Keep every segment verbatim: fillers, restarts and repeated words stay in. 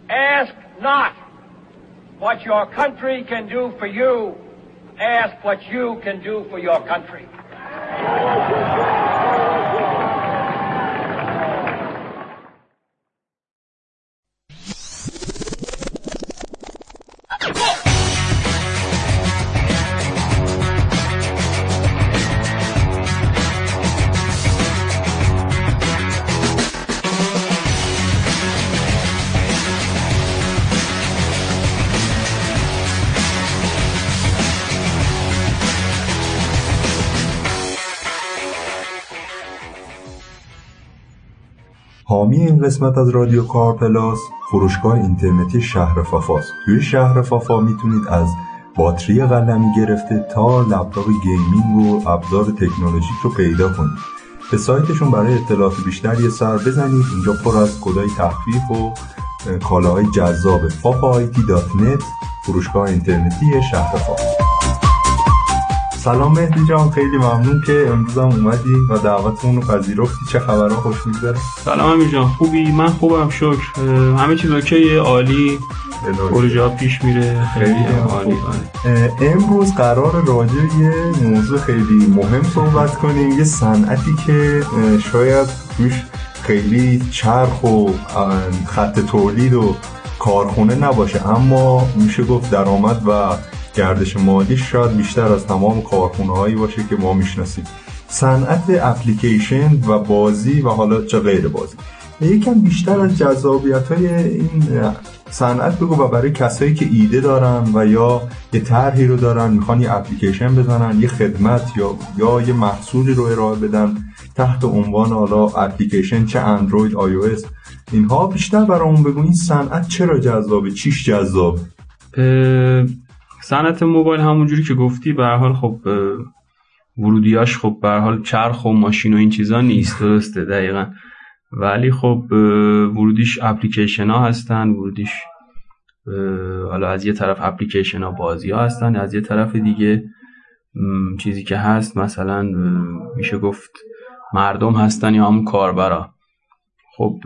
Ask not what your country can do for you. Ask what you can do for your country. حامی این قسمت از رادیو کارپلاس فروشگاه اینترنتی شهر فافاست. توی شهر فافا میتونید از باتری قلمی گرفته تا لپتاپ گیمینگ و ابزار تکنولوژیک رو پیدا کنید. به سایتشون برای اطلاعات بیشتر یه سر بزنید. اینجا پر از کدای تخفیف و کالاهای جذاب. فافا آی تی دات نت، فروشگاه اینترنتی شهر فافا. سلام مهدی جان، خیلی ممنون که امروز هم اومدی و دعوتمون رو پذیرفتی. چه خبرها؟ خوش میگذره؟ سلام امیر جان، خوبی؟ من خوبم شکر، همه چیز اوکیه، عالی، پروژه ها پیش میره، خیلی عالی. امروز قرار راجع یه موضوع خیلی مهم صحبت کنیم، یه صنعتی که شاید توش خیلی چرخ و خط تولید و کارخونه نباشه، اما میشه گفت درآمد و گردش مالی شاید بیشتر از تمام کارخونه‌هایی باشه که ما میشناسیم. صنعت اپلیکیشن و بازی و حالا چه غیر بازی. یکم بیشتر از جذابیت‌های این صنعت بگو و برای کسایی که ایده دارن و یا یه طرحی رو دارن میخوان یه اپلیکیشن بزنن، یه خدمت یا یا یه محصولی رو ارائه بدن تحت عنوان حالا اپلیکیشن، چه اندروید، آی او اس، اینها بیشتر برامون بگو این صنعت چرا جذابه، چیش جذابه؟ صنعت موبایل همونجوری که گفتی به هر حال خب ورودیاش خب به هر حال چرخ و ماشین و این چیزا نیست، درسته دقیقاً، ولی خب ورودیش اپلیکیشن ها هستن، ورودیش حالا از یه طرف اپلیکیشن ها بازی ها هستن، از یه طرف دیگه چیزی که هست مثلا میشه گفت مردم هستن یا همون کاربرا. خب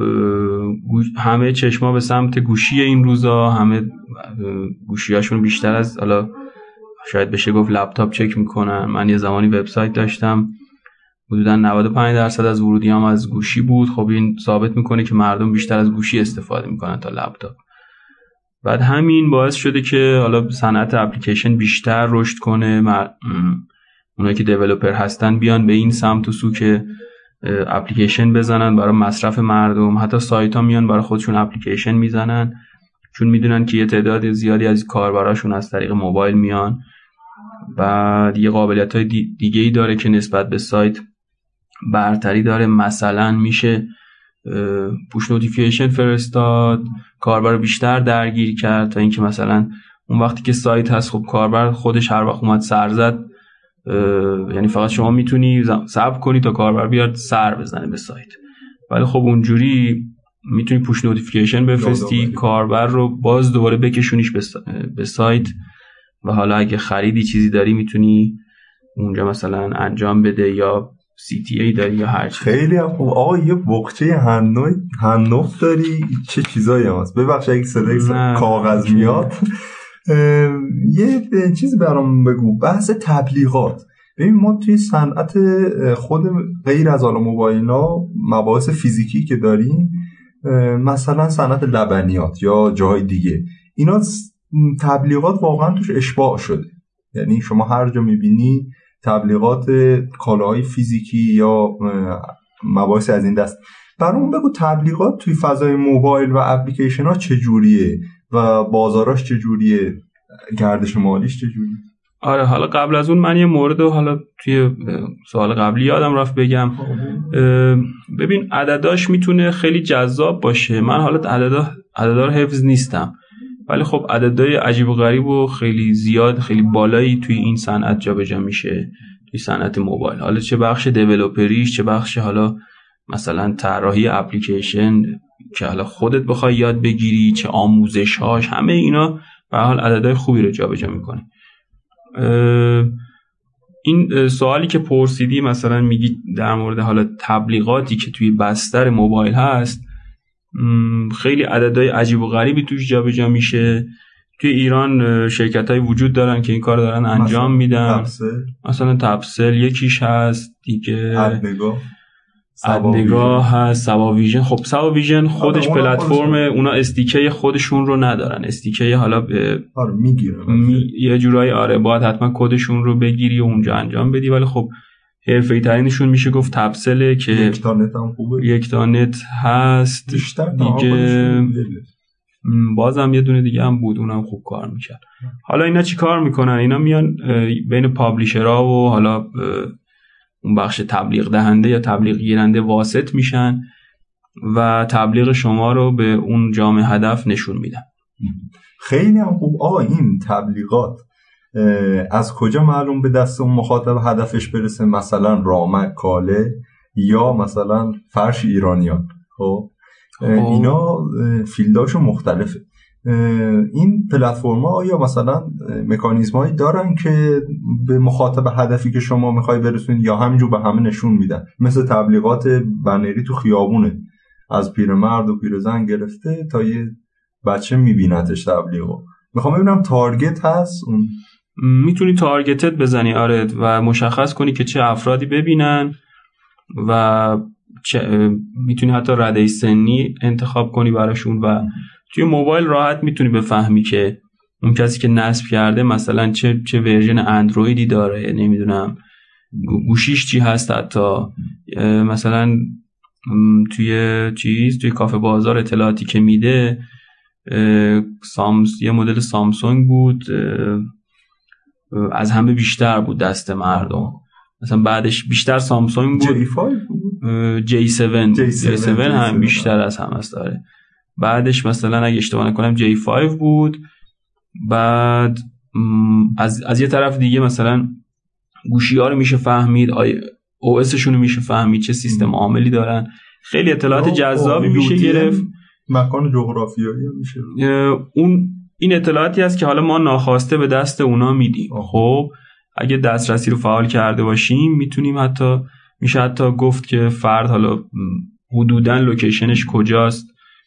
همه چشما به سمت گوشی این روزا، همه گوشیاشون بیشتر از حالا شاید بشه گفت لپتاپ چک میکنن. من یه زمانی وبسایت داشتم، حدودا نود و پنج درصد از ورودیام از گوشی بود. خب این ثابت میکنه که مردم بیشتر از گوشی استفاده میکنن تا لپتاپ. بعد همین باعث شده که حالا صنعت اپلیکیشن بیشتر رشد کنه، مر... اونایی که دیولپر هستن بیان به این سمت و سو که اپلیکیشن بزنن برای مصرف مردم. حتی سایت ها میان برای خودشون اپلیکیشن میزنن چون میدونن که یه تعداد زیادی از کاربراشون از طریق موبایل میان. بعد یه قابلیت های دیگه ای داره که نسبت به سایت برتری داره، مثلا میشه پوش نوتیفیکیشن فرستاد، کاربر رو بیشتر درگیر کرد تا اینکه مثلا اون وقتی که سایت هست خب کاربر خودش هر وقت اومد سر زد، یعنی فقط شما میتونی صبر کنی تا کاربر بیاد سر بزنه به سایت، ولی خب اونجوری میتونی پوش نوتیفیکیشن بفرستی، کاربر رو باز دوباره بکشونیش به سایت و حالا اگه خریدی چیزی داری میتونی اونجا مثلا انجام بده یا سی تی ای داری یا هر چیز. خیلی خوب. آقا یه بقچه هنوی هنوف داری، چه چیزایی هست؟ ببخش اگه صدای کاغذ میاد. یه چیز برام بگو، بحث تبلیغات. ببین ما توی صنعت خود غیر از حالا موبایل‌ها مباحث فیزیکی که داریم، مثلا صنعت لبنیات یا جای دیگه، اینا تبلیغات واقعا توش اشباع شده. یعنی شما هر جا میبینی تبلیغات کالاهای فیزیکی یا مباحث از این دست. برام بگو تبلیغات توی فضای موبایل و اپلیکیشن ها چجوریه و بازاراش چجوریه، گردش مالیش چجوریه؟ آره حالا قبل از اون من یه مورد رو حالا توی سوال قبلی یادم رفت بگم. ببین عدداش میتونه خیلی جذاب باشه، من حالا عددا عددا رو حفظ نیستم، ولی خب عددهای عجیب و غریب و خیلی زیاد خیلی بالایی توی این صنعت جابجا میشه توی صنعت موبایل. حالا چه بخش دیولپریش، چه بخش حالا مثلا طراحی اپلیکیشن که حالا خودت بخوای یاد بگیری، چه آموزش‌هاش، همه اینا به هر حال عددهای خوبی رو جابجا میکنه. این سوالی که پرسیدی مثلا میگی در مورد حالا تبلیغاتی که توی بستر موبایل هست، خیلی عددهای عجیب و غریبی توش جابجا میشه. توی ایران شرکت‌های وجود دارن که این کار دارن انجام میدن، تبسل. مثلا تبسل یکیش هست دیگه، ادنگاه ادنگاه هست، سواویژن. خب سواویژن خودش پلتفرم، اونا استیکه خودشون رو ندارن، استیکه حالا آره میگیره می... یه جورایی آره باید حتما کدشون رو بگیری و اونجا انجام بدی، ولی خب حرفه‌ای ترینشون میشه گفت تبسله که یک تا نت هم خوبه، یک تا نت هست دیگه، بازم یه دونه دیگه هم بود اونم خوب کار میکرد. حالا اینا چی کار میکنن؟ اینا میان بین پابلیشرها و حالا اون بخش تبلیغ دهنده یا تبلیغ گیرنده واسط میشن و تبلیغ شما رو به اون جامعه هدف نشون میدن. خیلی هم خوب. آقا این تبلیغات از کجا معلوم به دست اون مخاطب هدفش برسه؟ مثلا رامک کاله یا مثلا فرش ایرانیان؟ خب اینا فیلداشون مختلفه. این پلتفرما آیا مثلا مکانیزمایی دارن که به مخاطب هدفی که شما میخوای برسونید یا همینجور به همه نشون میدن؟ مثل تبلیغات بنری تو خیابونه، از پیرمرد و پیرزن گرفته تا یه بچه میبینتش تبلیغو. میخوام ببینم تارگت هست اون؟ میتونی تارگتت بزنی آره و مشخص کنی که چه افرادی ببینن و میتونی حتی رده سنی انتخاب کنی براشون و توی موبایل راحت میتونی بفهمی که اون کسی که نصب کرده مثلا چه چه ورژن اندرویدی داره، نمیدونم گوشیش چی هست، حتی مثلا توی چیز توی کافه بازار اطلاعاتی که میده سامس یه مدل سامسونگ بود از همه بیشتر بود دست مردم، مثلا بعدش بیشتر سامسونگ بود، جی فایو بود، جی سیون جی سیون هم بیشتر از همه است داره. بعدش مثلا اگه اشتباه نکنم جی فایو بود. بعد از از یه طرف دیگه مثلا گوشی‌ها رو میشه فهمید، او اس شون رو میشه فهمید، چه سیستم عاملی دارن. خیلی اطلاعات جذابی میشه گرفت. مکان جغرافیایی میشه اون این اطلاعاتی هست که حالا ما ناخواسته به دست اونا میدیم. خب اگه دسترسی رو فعال کرده باشیم میتونیم حتی میشه حتی گفت که فرد حالا حدوداً لوکیشنش کجاست.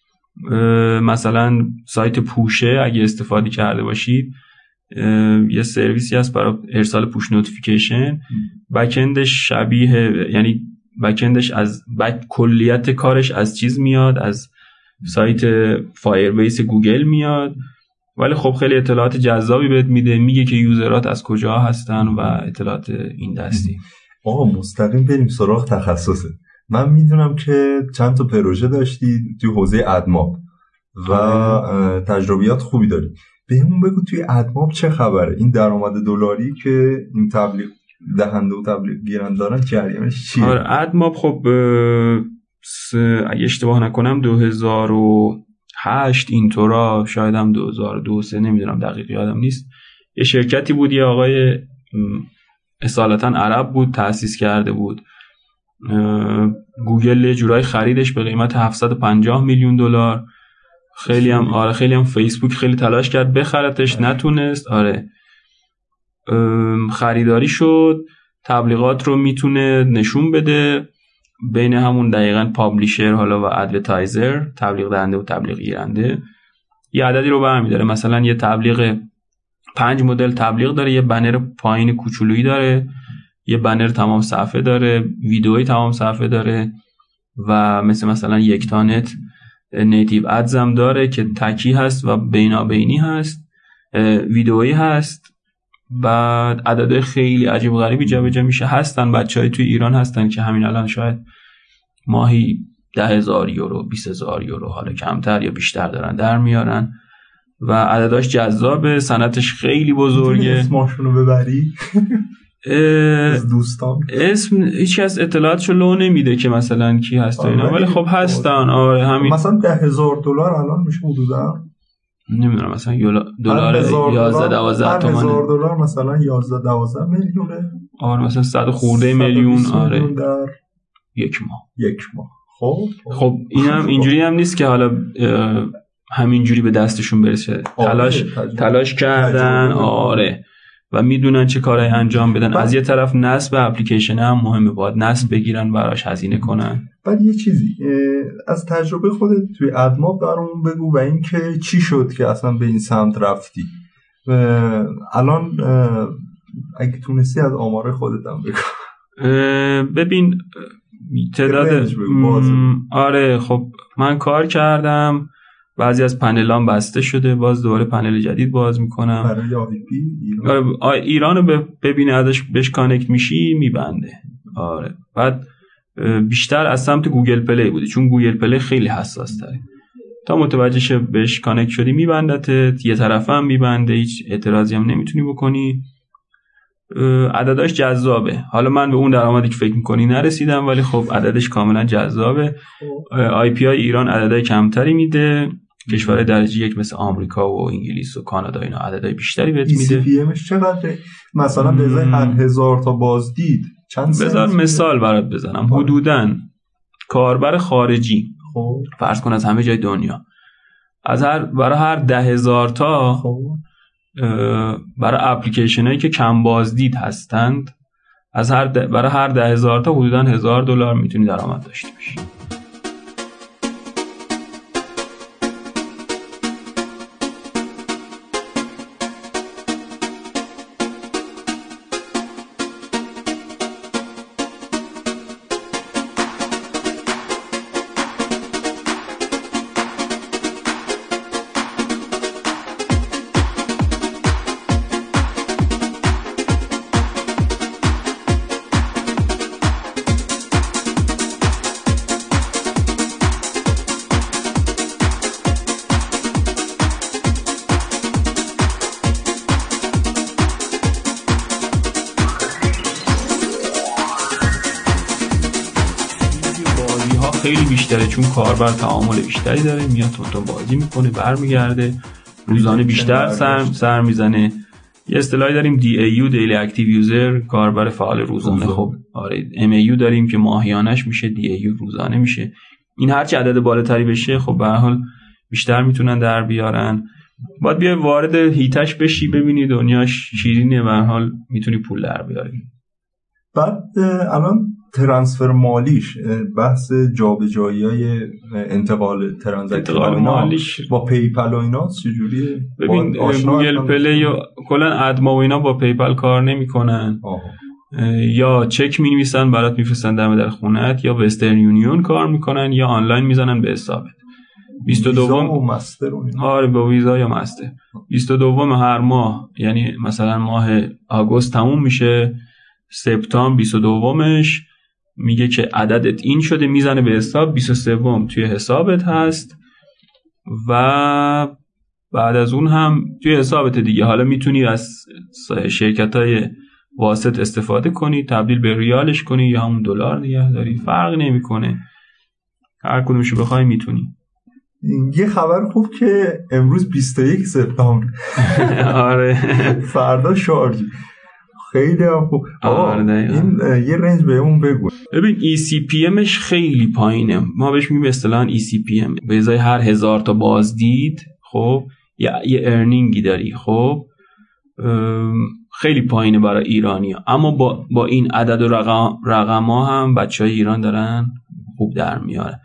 مثلا سایت پوشه اگه استفاده کرده باشید یه سرویسی هست برای ارسال پوش نوتیفیکیشن، بکندش شبیه، یعنی بکندش از بک کلیت کارش از چیز میاد، از سایت فایربیس گوگل میاد، ولی خب خیلی اطلاعات جذابی بهت میده، میگه که یوزرات از کجا هستن و اطلاعات این دستی. آقا مستقیم بریم سراغ تخصصه. من میدونم که چند تا پروژه داشتی توی حوزه ادماب و تجربیات خوبی داری. بهمون بگو توی ادماب چه خبره؟ این درآمد دلاری که این تبلیغ دهنده و تبلیغ گیرنده دارن جریانش چیه؟ آره ادماب خب اگه اشتباه نکنم دو هزار و هشت اینطورا، شاید هم دو هزار و دو سه، نمیدونم دقیق یادم نیست، یه شرکتی بود، یه آقای اصالتا عرب بود تأسیس کرده بود. گوگل یه جورایی خریدش به قیمت هفتصد و پنجاه میلیون دلار. خیلی هم آره خیلی هم فیسبوک خیلی تلاش کرد بخرتش، نتونست. آره خریداری شد، تبلیغات رو میتونه نشون بده بین همون دقیقاً پابلیشر حالا و ادورتایزر، تبلیغ دهنده و تبلیغ گیرنده. یه عددی رو برمی‌داره، مثلا یه تبلیغ پنج مدل تبلیغ داره، یه بنر پایین کوچولویی داره، یه بنر تمام صفحه داره، ویدئوی تمام صفحه داره و مثل مثلا یک تا نت نیتیو ادز هم داره که تکی هست و بینابینی هست، ویدئویی هست. بعد عدد خیلی عجیب و غریبی جابجا میشه. هستن بچهای توی ایران هستن که همین الان شاید ماهی ده هزار یورو، بیست هزار یورو، حالا کمتر یا بیشتر دارن در میارن و عدداش جذابه، صنعتش خیلی بزرگه. اسمشون رو ببری از دوستان، اسم هیچ کس اطلاعاتشو لو نمیده که مثلا کی هست اینا، ولی خب هستن. آره همین مثلا ده هزار دلار الان میشه حدودا، نمیدونم مثلا دلار یازده دوازده تومن، هزار دلار مثلا یازده دوازده میلیونه. آره مثلا صد خورده میلیون. آره در یک ماه یک ماه. خب خب اینم اینجوری هم نیست که حالا همینجوری به دستشون برسه. تلاش تلاش کردن. آره و میدونن چه کارهای انجام بدن. بعد از یه طرف نصب اپلیکیشن هم مهمه، باید نصب بگیرن براش هزینه کنن. بعد یه چیزی از تجربه خودت توی ادماب برامون بگو و این که چی شد که اصلا به این سمت رفتی. الان اگه تونستی از آمار خودت هم بگو. ببین تعداد آره خب من کار کردم، بعضی از پنلام بسته شده، باز دوباره پنل جدید باز میکنم برای آی پی ایران. آره ایرانو ببینه ازش بهش کانکت میشی میبنده. آره بعد بیشتر از سمت گوگل پلی بودی، چون گوگل پلی خیلی حساس تره، تا متوجه شه بهش کانکت شدی میبندت، یه طرفه هم میبنده، هیچ اعتراضی هم نمیتونی بکنی. عدداش جذابه. حالا من به اون درآمدی که فکر میکنی نرسیدم، ولی خب عددش کاملا جذابه. آی پی آی ایران عددهای کمتری میده، کشور درجه یک مثل آمریکا و انگلیس و کانادا اینا عددهای بیشتری بهت میده. ای سی پی امش چقدره؟ مثلا به ازای هر هزار تا بازدید چند سنت؟ بذار مثال برات بزنم. حدوداً کاربر خارجی خب فرض کن از همه جای دنیا، از هر برای هر ده هزار تا خب برای اپلیکیشن هایی که کم بازدید هستند، از هر ده برای هر ده هزار تا حدوداً هزار دلار میتونی درآمد داشته باشی. خیلی بیشتره، چون کاربر تعامل بیشتری داره، میاد تون بازی میکنه برمیگرده، روزانه بیشتر سر سر میزنه. یه اصطلاحی داریم دی ای یو دیلی اکتیو یوزر، کاربر فعال روزانه. خب آره ام ای یو داریم که ماهیانش میشه، دی ای یو روزانه میشه. این هرچی عدد بالاتری بشه خب به هر حال بیشتر میتونن در بیارن. باید بیای وارد هیتش بشی ببینی دنیاش شیرینه، به هر حال میتونی پول در بیاری. بعد الان ترانسفر مالیش، بحث جابجایی‌های انتقال ترانزکشن مالیش با پیپل و اینا چجوریه؟ ببین گوگل پلی و کلا ادما و اینا با پیپل کار نمی‌کنن، یا چک می‌نویسن برات می‌فرستن دم در خونه‌ت، یا وسترن یونیون کار می‌کنن، یا آنلاین میزنن به حسابت. بیست و دو و مستر و اینا. آره با ویزا یا مستر. بیست و دو هر ماه، یعنی مثلا ماه آگوست تموم میشه، سپتامبر بیست و دومش میگه که عددت این شده، میزنه به حساب، بیست و سه توی حسابت هست و بعد از اون هم توی حسابت دیگه. حالا میتونی از شرکت‌های واسط استفاده کنی، تبدیل به ریالش کنی یا همون دلار نگه داری، فرق نمیکنه، هر کدومشو بخوای میتونی. یه خبر خوب که امروز بیست و یک سپتامبر آره فردا شارژی، خیلی خوب. این یه رنج بهمون بگو. ببین ای سی پی امش خیلی پایینه، ما بهش میگیم اصطلاحاً ای سی پی ام. به ازای هر هزار تا بازدید خب یه یه ارنینگی داری. خب خیلی پایینه برای ایرانی‌ها، اما با با این عدد و رقم رقم‌ها هم بچهای ایران دارن خوب در میارن.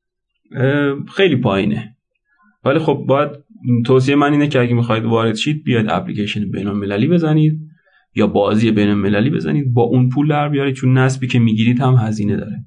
خیلی پایینه، ولی خب باید توصیه من اینه که اگه می‌خواید وارد شید بیاید اپلیکیشن بین‌المللی بزنید یا بازی بین‌المللی بزنید، با اون پول در بیارید، چون نسبی که میگیرید هم هزینه داره.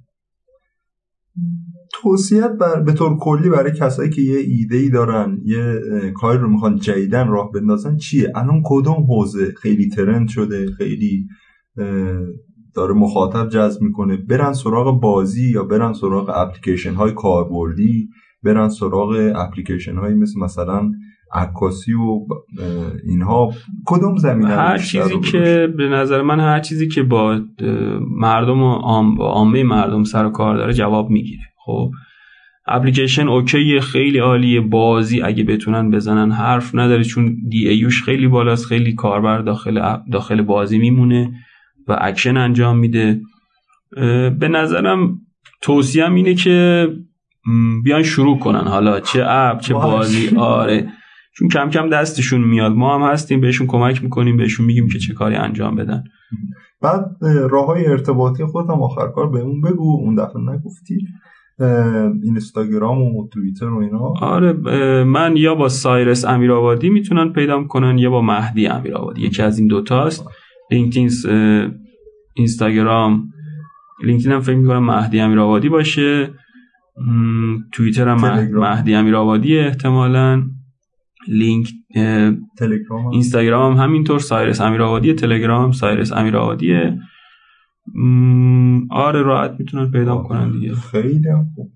توصیه‌ات بر به طور کلی برای کسایی که یه ایده‌ای دارن، یه کاری رو میخوان جدیدن راه بندازن چیه؟ الان کدوم حوزه خیلی ترند شده، خیلی داره مخاطب جذب میکنه؟ برن سراغ بازی یا برن سراغ اپلیکیشن های کاربردی، برن سراغ اپلیکیشن های مثل مثلا عکاسی و اینها؟ کدوم زمینه؟ هر چیزی که به نظر من هر چیزی که با مردم و عام با عامه مردم سر و کار داره جواب میگیره. خب اپلیکیشن اوکیه، خیلی عالیه. بازی اگه بتونن بزنن حرف نداره، چون دی ایوش خیلی بالاست، خیلی کاربر داخل داخل بازی میمونه و اکشن انجام میده. به نظرم توصیهم اینه که بیان شروع کنن، حالا چه اپ چه بازی. آره چون کم کم دستشون میاد، ما هم هستیم بهشون کمک میکنیم، بهشون میگیم که چه کاری انجام بدن. بعد راههای ارتباطی خودم آخر کار بهمون بگو، اون دفعه نگفتی. اینستاگرام و توییتر و اینا. آره من یا با سایرس امیرآبادی میتونن پیدا کنن یا با مهدی امیرآبادی، یکی از این دوتاست. لینکدین، اینستاگرام، لینکدین هم فکر میکنم مهدی امیرآبادی باشه، توییتر هم مهدی امیرآبادی احتمالاً، لینک تلگرام، اینستاگرام هم همینطور سایرس امیرآبادی، تلگرام سایرس امیرآبادیه. آره راحت میتونن پیدا کنن دیگه. خیلی خوب.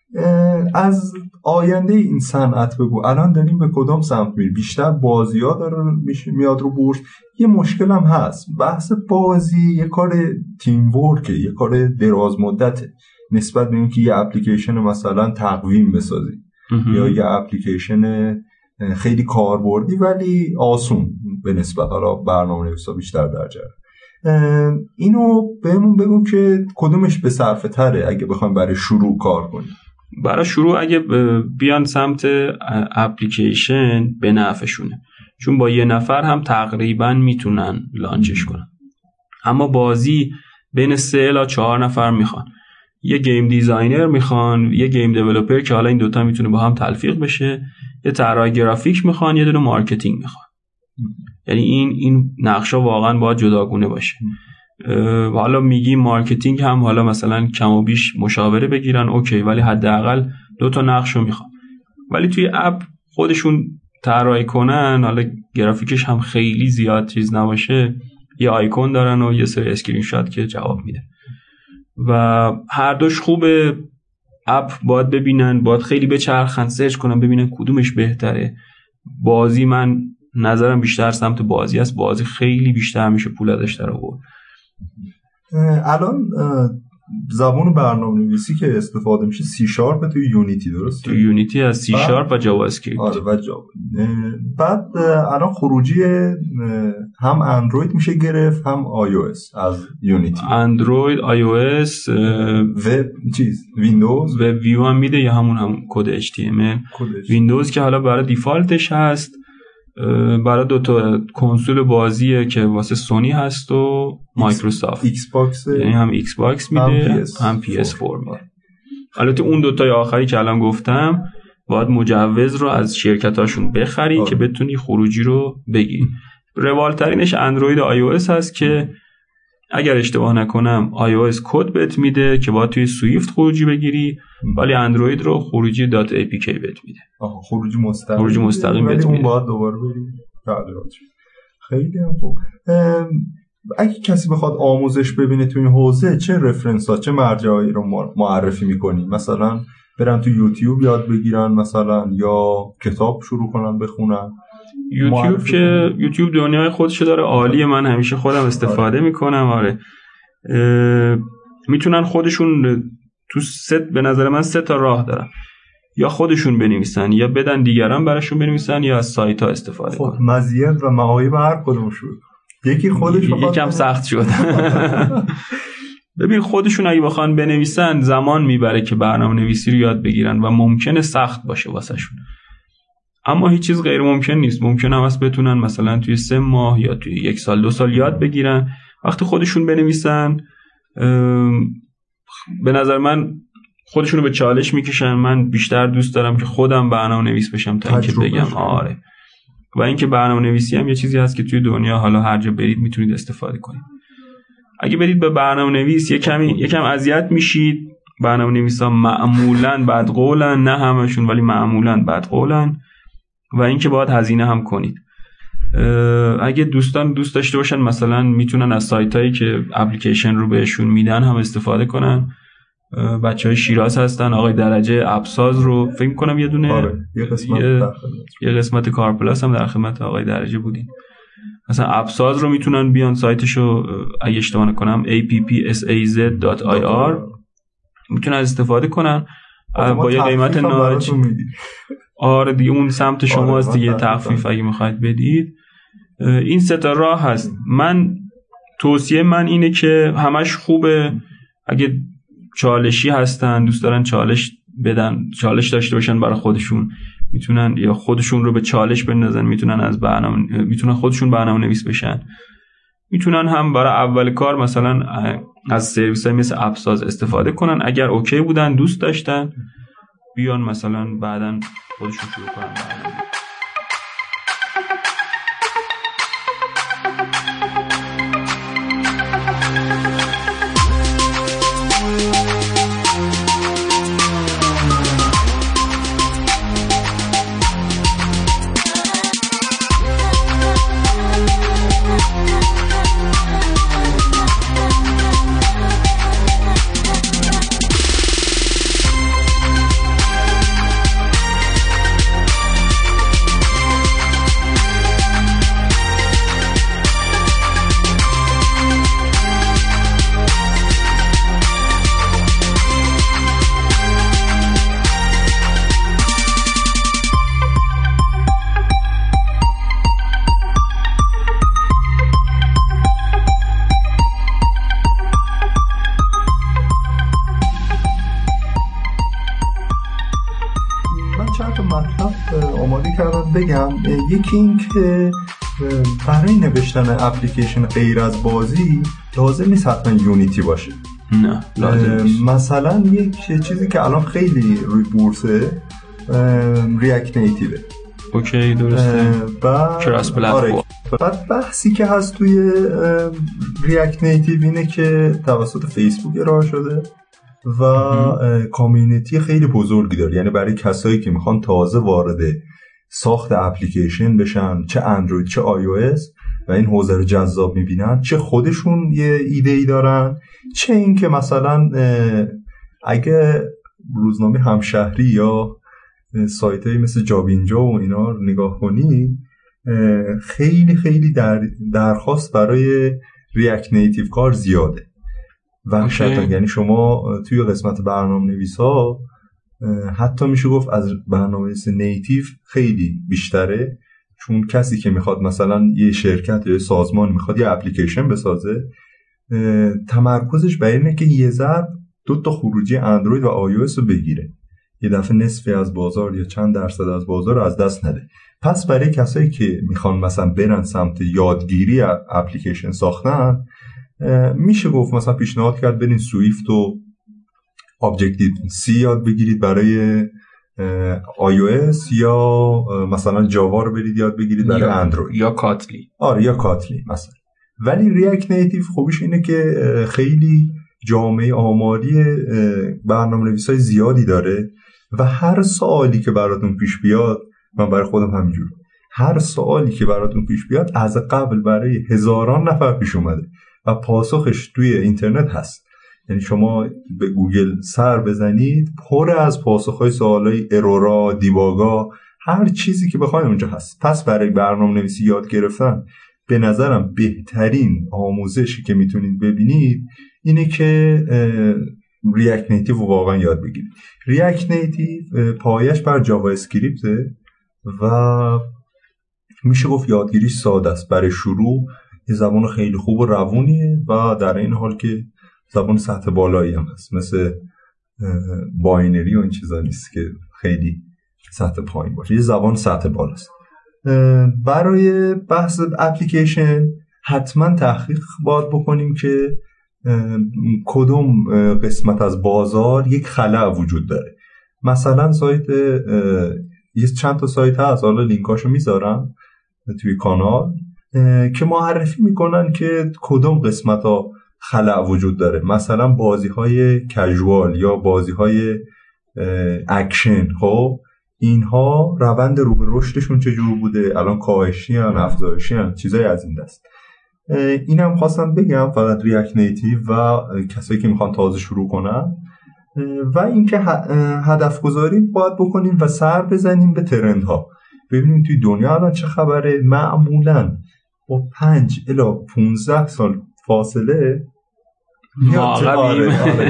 از آینده این صنعت بگو، الان داریم به کدام سمت میری؟ بیشتر بازی‌ها داره میاد رو بورس، یه مشکل هم هست، بحث بازی یه کار تیم ورکه، یه کار دراز مدته نسبت به اینکه یه اپلیکیشن مثلا تقویم بسازی یا یه اپلیکیشن خیلی کاربردی ولی آسون به نسبت حالا برنامه‌نویسا بیشتر درجه. اینو بهمون بگو که کدومش به صرفه تره اگه بخوام برای شروع کار کنیم. برای شروع اگه بیان سمت اپلیکیشن به نفعشونه، چون با یه نفر هم تقریبا میتونن لانچش کنن. اما بازی بین سه الی چهار نفر میخوان، یه گیم دیزاینر میخوان، یه گیم دیولپر که حالا این دوتا میتونه با هم تلفیق بشه، یه طراح گرافیک میخوان، یه دونه مارکتینگ میخوان. یعنی این این نقشا واقعا باید جداگونه باشه. حالا میگی مارکتینگ هم حالا مثلا کم و بیش مشاوره بگیرن اوکی، ولی حداقل دو تا نقشو میخوان. ولی توی اپ خودشون طراحی کنن، حالا گرافیکش هم خیلی زیاد چیز نباشه، یه آیکون دارن و یه سری اسکرین شات که جواب میده و هر دوش خوبه. اپ باید ببینن، باید خیلی بچرخن، سرچ کنن ببینن کدومش بهتره. بازی من نظرم بیشتر سمت بازی است، بازی خیلی بیشتر میشه پول ازش در آورد. الان زبان برنامه‌نویسی که استفاده میشه سی شارپ تو یونیتی، درسته؟ تو یونیتی از سی شارپ و جاوا اسکریپت. آره و جاوا. بعد الان خروجی هم اندروید میشه گرفت هم آی او اس از یونیتی. اندروید، آی او اس، وب چیز، ویندوز، وب ویو هم میده یا همون هم کد اچ تی ام ال. ویندوز که حالا برای دیفالتش هست، برای دو تا کنسول بازیه که واسه سونی هست و مایکروسافت. ایکس باکس، یعنی هم ایکس باکس میده هم پی اس فور میده. البته اون دو تای آخری که الان گفتم باید مجوز رو از شرکتاشون بخری آه. که بتونی خروجی رو بگیری. روالترینش اندروید و آی او اس هست که اگر اشتباه نکنم آی او اس کد بهت میده که باید توی سویفت خروجی بگیری، ولی اندروید رو خروجی دات ای پی کی بهت میده. آها خروجی مستقیم. خروجی مستقیم بهت میده. اون باید دوباره بریم تغییراتش. خیلی هم خوب. اگه کسی بخواد آموزش ببینه تو این حوزه، چه رفرنس‌ها، چه مرجعی رو معرفی می‌کنی؟ مثلا برن تو یوتیوب یاد بگیرن مثلا، یا کتاب شروع کنن بخونن؟ یوتیوب که یوتیوب دنیای خودشو داره، عالیه، من همیشه خودم استفاده میکنم. آره میتونن خودشون تو ست، به نظر من سه تا راه دارن، یا خودشون بنویسن یا بدن دیگران براشون بنویسن یا از سایت ها استفاده کنن. مزیت و معایب هر کدوم شد. یکی خودش یکم سخت شد. ببین خودشون اگه بخوان بنویسن زمان میبره که برنامه نویسی رو یاد بگیرن و ممکنه سخت باشه واسه شون، اما هیچ چیز غیر ممکن نیست. ممکنه هم بتونن مثلا توی سه ماه یا توی یک سال دو سال یاد بگیرن. وقتی خودشون بنویسن به نظر من خودشون رو به چالش میکشن. من بیشتر دوست دارم که خودم برنامه نویس بشم تا اینکه بگم آره. و اینکه برنامه نویسی هم یه چیزی هست که توی دنیا حالا هر جا برید میتونید استفاده کنید. اگه برید به برنامه نویس یه کمی یکم اذیت میشید. برنامه نویسا معمولاً بدقولن، نه همشون ولی معمولاً بدقولن، و اینکه باید هزینه هم کنید. اگه دوستان دوست داشته باشن مثلا میتونن از سایتایی که اپلیکیشن رو بهشون میدن هم استفاده کنن. بچهای شیراز هستن، آقای درجه اپساز رو فکر می‌کنم یه دونه آره. یه قسمت یه, یه قسمت کارپلاس هم در خدمت آقای درجه بودین. مثلا اپساز رو میتونن بیان سایتشو اگه اشتباه نکنم ای پی پی اس ای زد دات آی آر میتونن استفاده کنن با یه قیمت ناج. آره دیگه اون سمت شماست دیگه، تخفیف اگه میخواید بدید. این سه تا راه هست. من توصیه من اینه که همش خوبه. اگه چالشی هستن دوست دارن چالش بدن، چالش داشته باشن برای خودشون، میتونن یا خودشون رو به چالش بندازن، میتونن از برنامه میتونن خودشون برنامه نویس بشن، میتونن هم برای اول کار مثلا از سرویس های مثل اپساز استفاده کنن. اگر اوکی بودن، دوست داشتن، بیان مثلا بعدن خودشون شروع کنن برنامه. بگم یکی این که برای نوشتن اپلیکیشن غیر از بازی لازم نیست حتما یونیتی باشه. نه لازم نیست. مثلا یک چیزی که الان خیلی روی بورسه ریاکت نیتیوه. اوکی درسته. و کراس پلتفرم. بعد بحثی که هست توی ریاکت نیتیو اینه که توسط فیسبوک ارائه شده و کامیونیتی خیلی بزرگی داره، یعنی برای کسایی که میخوان تازه وارد ساخت اپلیکیشن بشن، چه اندروید چه آی او اس، و این حوزه رو جذاب میبینن، چه خودشون یه ایده ای دارن، چه این که مثلا اگه روزنامه همشهری یا سایت هایی مثل جاب اینجا و اینا رو نگاه کنی، خیلی خیلی در درخواست برای ریاکت نیتیو کار زیاده و شاید یعنی شما توی قسمت برنامه نویس ها حتی میشه گفت از برنامه نویس نیتیو خیلی بیشتره، چون کسی که میخواد مثلا یه شرکت یا سازمان میخواد یه اپلیکیشن بسازه، تمرکزش بر اینه که یه ضرب دو تا خروجی اندروید و آی او اس رو بگیره، یه دفعه نصفی از بازار یا چند درصد از بازار رو از دست نده. پس برای کسایی که میخوان مثلا برن سمت یادگیری اپلیکیشن ساختن، میشه گفت مثلا پیشنهاد کرد برین سویفت و ابجکتیو سی یاد بگیرید برای آی او اس، یا مثلا جاوا رو برید یاد بگیرید برای اندروید، یا کاتلی. آره یا کاتلی مثلا. ولی ریاکت نیتیو خوبیش اینه که خیلی جامعه آماری برنامه‌نویسای زیادی داره و هر سوالی که براتون پیش بیاد، من برای خودم همینجور، هر سوالی که براتون پیش بیاد از قبل برای هزاران نفر پیش اومده و پاسخش توی اینترنت هست. یعنی شما به گوگل سر بزنید، پر از پاسخ‌های سوالای ارورا، دیباگا، هر چیزی که بخواید اونجا هست. پس برای برنامه‌نویسی یاد گرفتن به نظرم بهترین آموزشی که میتونید ببینید اینه که ریاکت نیتیو واقعا یاد بگیرید. ریاکت نیتیو پایش بر جاوا اسکریپته و میشه گفت یادگیریش ساده است. برای شروع یه زبان خیلی خوب و روونیه و در این حال که زبان سطح بالایی هم هست، مثل باینری و این چیزا نیست که خیلی سطح پایین باشه، یه زبان سطح بالاست. برای بحث اپلیکیشن حتما تحقیق باید بکنیم که کدوم قسمت از بازار یک خلأ وجود داره. مثلا سایت یه چند تا سایت هست، حالا لینکاشو میذارم توی کانال، که معرفی میکنن که کدوم قسمت ها خلأ وجود داره. مثلا بازی های کژوال یا بازی های اکشن، خب اینها روند رو به رشدشون چجور بوده، الان کاهشی هن، افزایشی هن، چیزای از این دست. اینم خواستم بگم فقط ریاکت نیتیو و کسایی که میخوان تازه شروع کنن، و اینکه هدف گذاری باید بکنیم و سر بزنیم به ترندها، ببینیم توی دنیا الان چه خبره. معمولا با پنج الی پونزده سال فاصله آره, آره.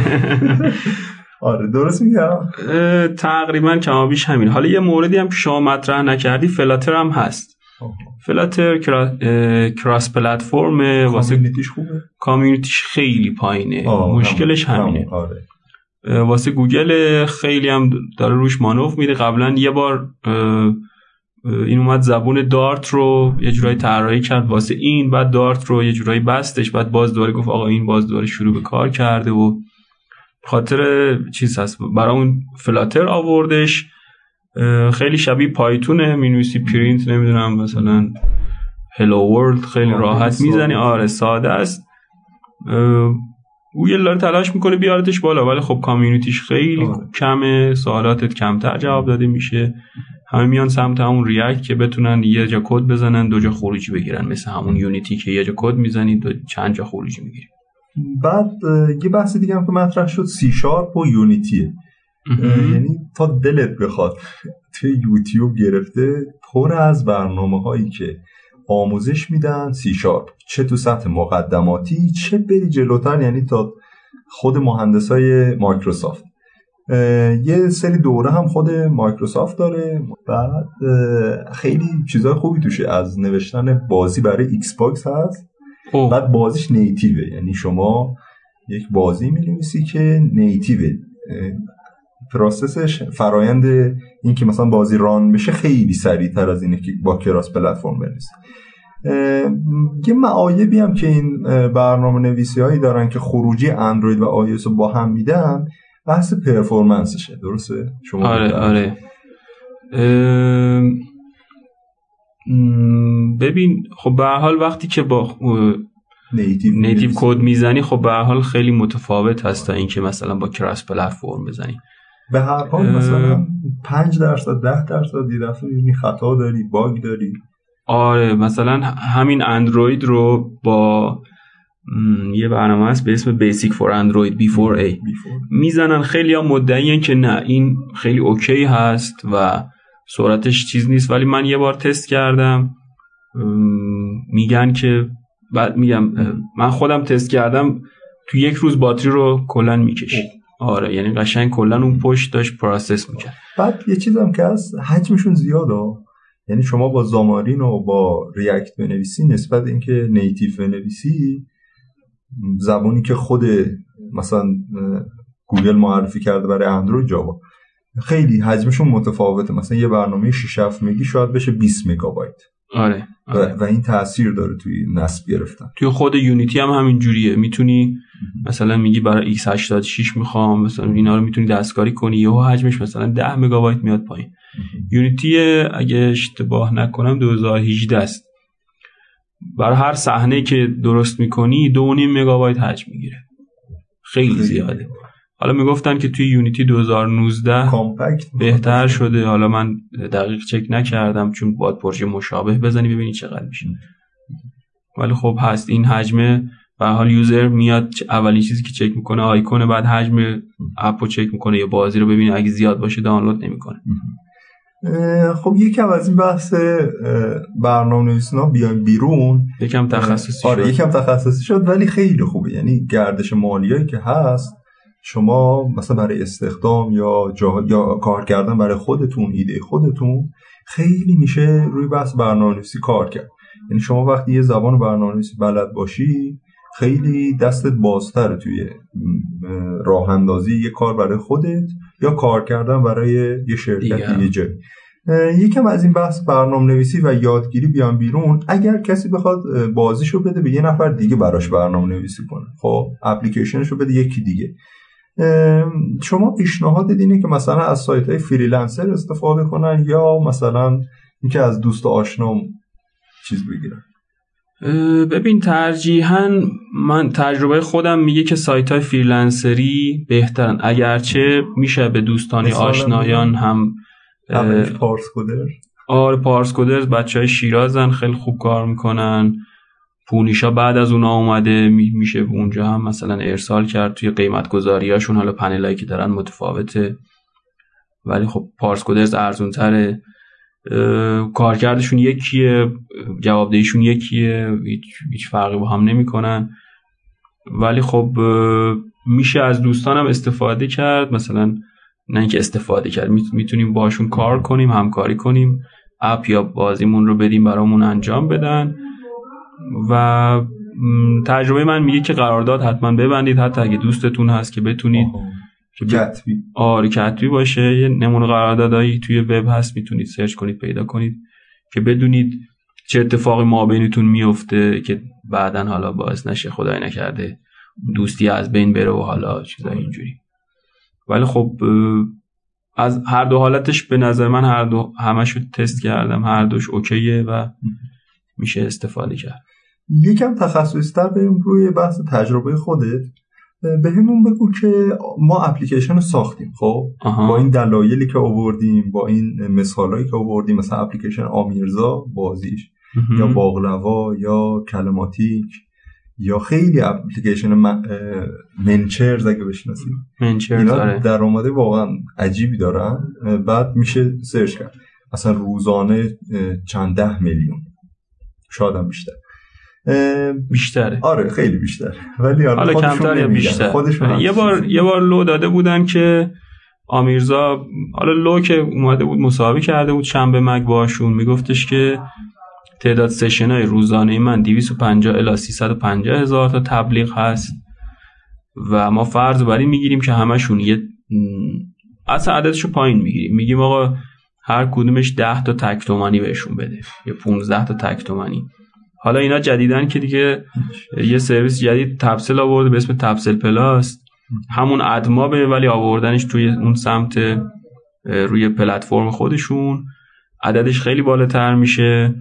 آره درست میگم، تقریبا کما بیش همین. حالا یه موردی هم که شما مطرح نکردی، فلاتر هم هست. فلاتر کرا... کراس پلتفرم، واسه کامیونیتیش خوبه، کامیونیتیش خیلی پایینه. مشکلش همینه. آره. واسه گوگل خیلی هم داره روش مانور میده. قبلا یه بار این اومد زبون دارت رو یه جورایی طراحی کرد واسه این، بعد دارت رو یه جورایی بستش، بعد باز دوباره گفت آقا این باز دوباره شروع به کار کرده و خاطر چیز هست برای اون فلاتر آوردش. خیلی شبیه پایتونه، مینویسی پرینت نمیدونم مثلا هلو ورلد خیلی راحت میزنی. آره ساده است. او یه لاره تلاش میکنه بیارتش بالا، ولی خب کامیونیتیش خیلی آه. کمه، سوالاتت کمتر جواب داده میشه. همه میان سمت همون ریاکت که بتونن یه جا کد بزنن دو جا خروجی بگیرن، مثل همون یونیتی که یه جا کد میزنی دو چند جا خروجی میگیری. بعد یه بحث دیگه هم که مطرح شد سی شارپ و یونیتیه. یعنی تا دلت بخواد توی یوتیوب گرفته پر از برنامه هایی که آموزش میدن سی شارپ، چه تو سطح مقدماتی چه بری جلوتر، یعنی تا خود مهندسای مایکروسافت. یه سری دوره هم خود مایکروسافت داره. بعد خیلی چیزای خوبی توشه، از نوشتن بازی برای ایکس باکس هست. اوه. بعد بازیش نیتیوه، یعنی شما یک بازی می‌نویسی که نیتیوه، پروسسش فرایند این که مثلا بازی ران بشه خیلی سریعتر از اینه که با کراس پلتفرم بنویسی. یه معایبی هم که این برنامه نویسی هایی دارن که خروجی اندروید و آی او اس رو با هم میدن، بحث پرفورمنسشه. درسته؟ شما آره بودن. آره ببین خب به هر حال وقتی که با نیتیو نیتیو کد میزنی خب به هر حال خیلی متفاوت هست تا اینکه مثلا با کراس پلتفرم بزنی. به هر حال مثلا پنج درصد ده درصد یه دفعه میبینی خطا داری، باگ داری. آره مثلا همین اندروید رو با یه برنامه هست به اسم Basic for Android بی فور ای میزنن. خیلی ها مدعیین که نه این خیلی اوکی هست و سرعتش چیز نیست، ولی من یه بار تست کردم میگن که بعد میگم من خودم تست کردم تو یک روز باتری رو کلن میکشید. آره یعنی قشنگ کلن اون پشت داشت پروسس میکرد. بعد یه چیز هم که هست حجمشون زیاده، یعنی شما با زامارین و با ریاکت بنویسی نسبت اینکه نیتیو بنویسی زبانی که خود مثلا گوگل معرفی کرده برای اندروید جاوا خیلی حجمشون متفاوته. مثلا یه برنامه شش هفت مگی شاید بشه بیست مگابایت. آره, آره. و, و این تأثیر داره توی نصب گرفتن. توی خود یونیتی هم همین جوریه. میتونی مثلا میگی برای ایکس هشتاد و شش میخوام مثلا اینا رو میتونی دستکاری کنی، یهو حجمش مثلا ده مگابایت میاد پایین. یونیتی اگه اشتباه نکنم دو هزار و هجده است، برای هر صحنه که درست میکنی دو و نیم مگابایت حجم میگیره. خیلی زیاده. حالا میگفتن که توی یونیتی دو هزار و نوزده کامپکت بهتر شده. حالا من دقیق چک نکردم چون باید پروژه مشابه بزنی ببینی چقدر میشه، ولی خب هست این حجمه. به حال یوزر میاد اولین چیزی که چک میکنه آیکونه، بعد حجم اپو چک میکنه یا بازی رو ببینه، اگه زیاد باشه دانلود نمیکنه. خب یکم از این بحث برنامه‌نویسی‌ها بیایم بیرون، یکم تخصصی آره شد. یکم تخصصی شد ولی خیلی خوبه. یعنی گردش مالیایی که هست شما مثلا برای استخدام یا جا... یا کار کردن برای خودتون، ایده خودتون، خیلی میشه روی بحث برنامه‌نویسی کار کرد. یعنی شما وقتی یه زبان برنامه‌نویسی بلد باشی خیلی دستت بازتره توی راه اندازی یه کار برای خودت یا کار کردن برای یه شرکت یه جایی. یکم از این بحث برنامه‌نویسی و یادگیری بیان بیرون. اگر کسی بخواد بازیشو بده به یه نفر دیگه براش برنامه‌نویسی کنه، خب اپلیکیشنشو بده یکی دیگه، شما پیشنهاد اینه که مثلا از سایت‌های فریلنسر استفاده کنن یا مثلا اینکه از دوست آشنا چیز بگیرن؟ ببین ترجیحاً من تجربه خودم میگه که سایت‌های فریلنسری بهترن، اگرچه میشه به دوستانی آشنایان هم پارس کدر. آره پارس کدر بچهای شیرازن خیلی خوب کار میکنن. پونیشا بعد از اونا اومده میشه اونجا هم مثلا ارسال کرد توی قیمت گذاریاشون. حالا پنلایی که دارن متفاوته ولی خب پارس کدرز ارزون تره، کارکردشون یکیه، جوابدهیشون یکیه، هیچ هیچ فرقی با هم نمیکنن. ولی خب میشه از دوستانم استفاده کرد، مثلا نه اینکه استفاده کرد، میتونیم باشون کار کنیم، همکاری کنیم، اپ یا بازیمون رو بدیم برامون انجام بدن. و تجربه من میگه که قرارداد حتما ببندید، حتی اگه دوستتون هست که بتونید کتبی آره کتبی باشه. یه نمونه قراردادایی توی وب هست، میتونید سرچ کنید پیدا کنید که بدونید چه اتفاقی ما بینتون میفته که بعدن حالا باعث نشه خدای نکرده دوستی از بین بره و حالا چیزای اینجوری. ولی خب از هر دو حالتش به نظر من هر دو همشو تست کردم، هر دوش اوکیه و میشه استفاده کرد. یکم تخصصی‌تر بریم روی بحث تجربه خودت. به همون بگو که ما اپلیکیشن رو ساختیم خب آها. با این دلایلی که آوردیم، با این مثالایی که آوردیم، مثلا اپلیکیشن آمیرزا بازیش امه. یا باقلوا یا کلماتیک یا خیلی اپلیکیشن منچرز اگه بشناسید، منچرز اینا درآمد واقعا عجیبی دارن. بعد میشه سرچ کرد مثلا روزانه چند ده میلیون، شاید هم بیشتر بیشتره. آره خیلی بیشتر، ولی حالا کمتر یا بیشتر. یه بار یه بار لو داده بودن که آمیرزا، حالا لو که اومده بود مصاحبه کرده بود شنبه مک باشون، میگفتش که تعداد سشن‌های روزانه من دویست و پنجاه الی سیصد و پنجاه هزار تا تبلیغ هست و ما فرض بر این میگیریم که همشون یه اصلا عددشو پایین میگیریم، میگیم آقا هر کدومش ده تا تک تومانی بهشون بده یا پانزده تا تک تومانی. حالا اینا جدیدن که دیگه یه سرویس جدید تبسل آورده به اسم تبسل پلاس، همون ادمابه ولی آوردنش توی اون سمت روی پلتفرم خودشون، عددش خیلی بالاتر میشه.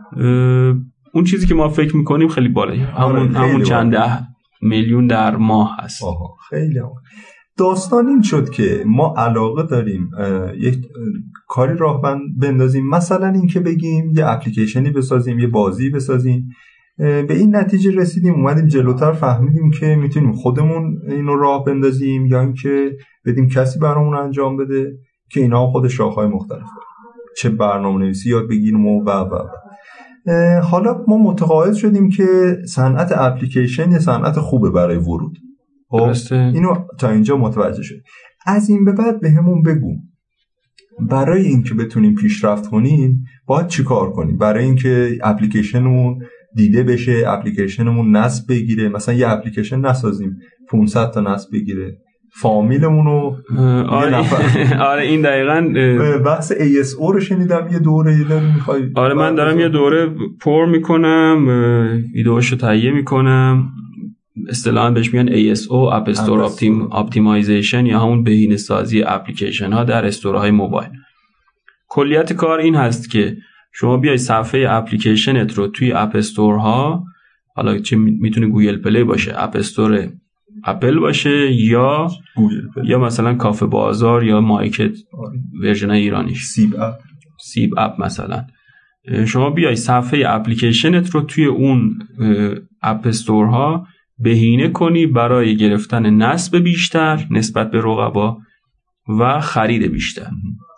اون چیزی که ما فکر میکنیم خیلی بالایی، همون خیلی همون چند ده میلیون در ماه هست. آها خیلی هم. داستان این شد که ما علاقه داریم یک کاری راه بندازیم، مثلا این که بگیم یه اپلیکیشنی بسازیم، یه بازی بسازیم. به این نتیجه رسیدیم، اومدیم جلوتر فهمیدیم که میتونیم خودمون اینو راه بندازیم یا اینکه بدیم کسی برامون انجام بده که اینا خودش راههای مختلف داره، چه برنامه‌نویسی یاد بگیریم و و و حالا ما متقاعد شدیم که صنعت اپلیکیشن یه صنعت خوبه برای ورود. اینو تا اینجا متوجه شد. از این به بعد به همون بگو برای اینکه بتونیم پیشرفت کنیم باید چی کار کنیم؟ برای اینکه اپلیکیشنمون دیده بشه، اپلیکیشنمون نصب بگیره، مثلا یه اپلیکیشن نسازیم پانصد تا نصب بگیره، فامیلمونو آره آره این دقیقاً بحث ای اس او رو شنیدم یه دوره داریم میخوای. آره من دارم یه دوره پر میکنم، ویدیوشو تهیه میکنم، اصطلاحاً بهش میگن ای اس او اپ استور اپتیمایزیشن یا همون بهینه‌سازی اپلیکیشن ها در استورهای موبایل. کلیت کار این هست که شما بیای صفحه اپلیکیشنت رو توی اپ استور ها، حالا چه میتونه گوگل پلی باشه، اپ استور اپل باشه یا گوگل پلی، یا مثلا کافه بازار یا مایکت ورژن ایرانیش سیب اپ سیب اپ مثلا. شما بیای صفحه اپلیکیشنت رو توی اون اپ استور ها بهینه کنی برای گرفتن نصب بیشتر نسبت به رقبا و خرید بیشتر.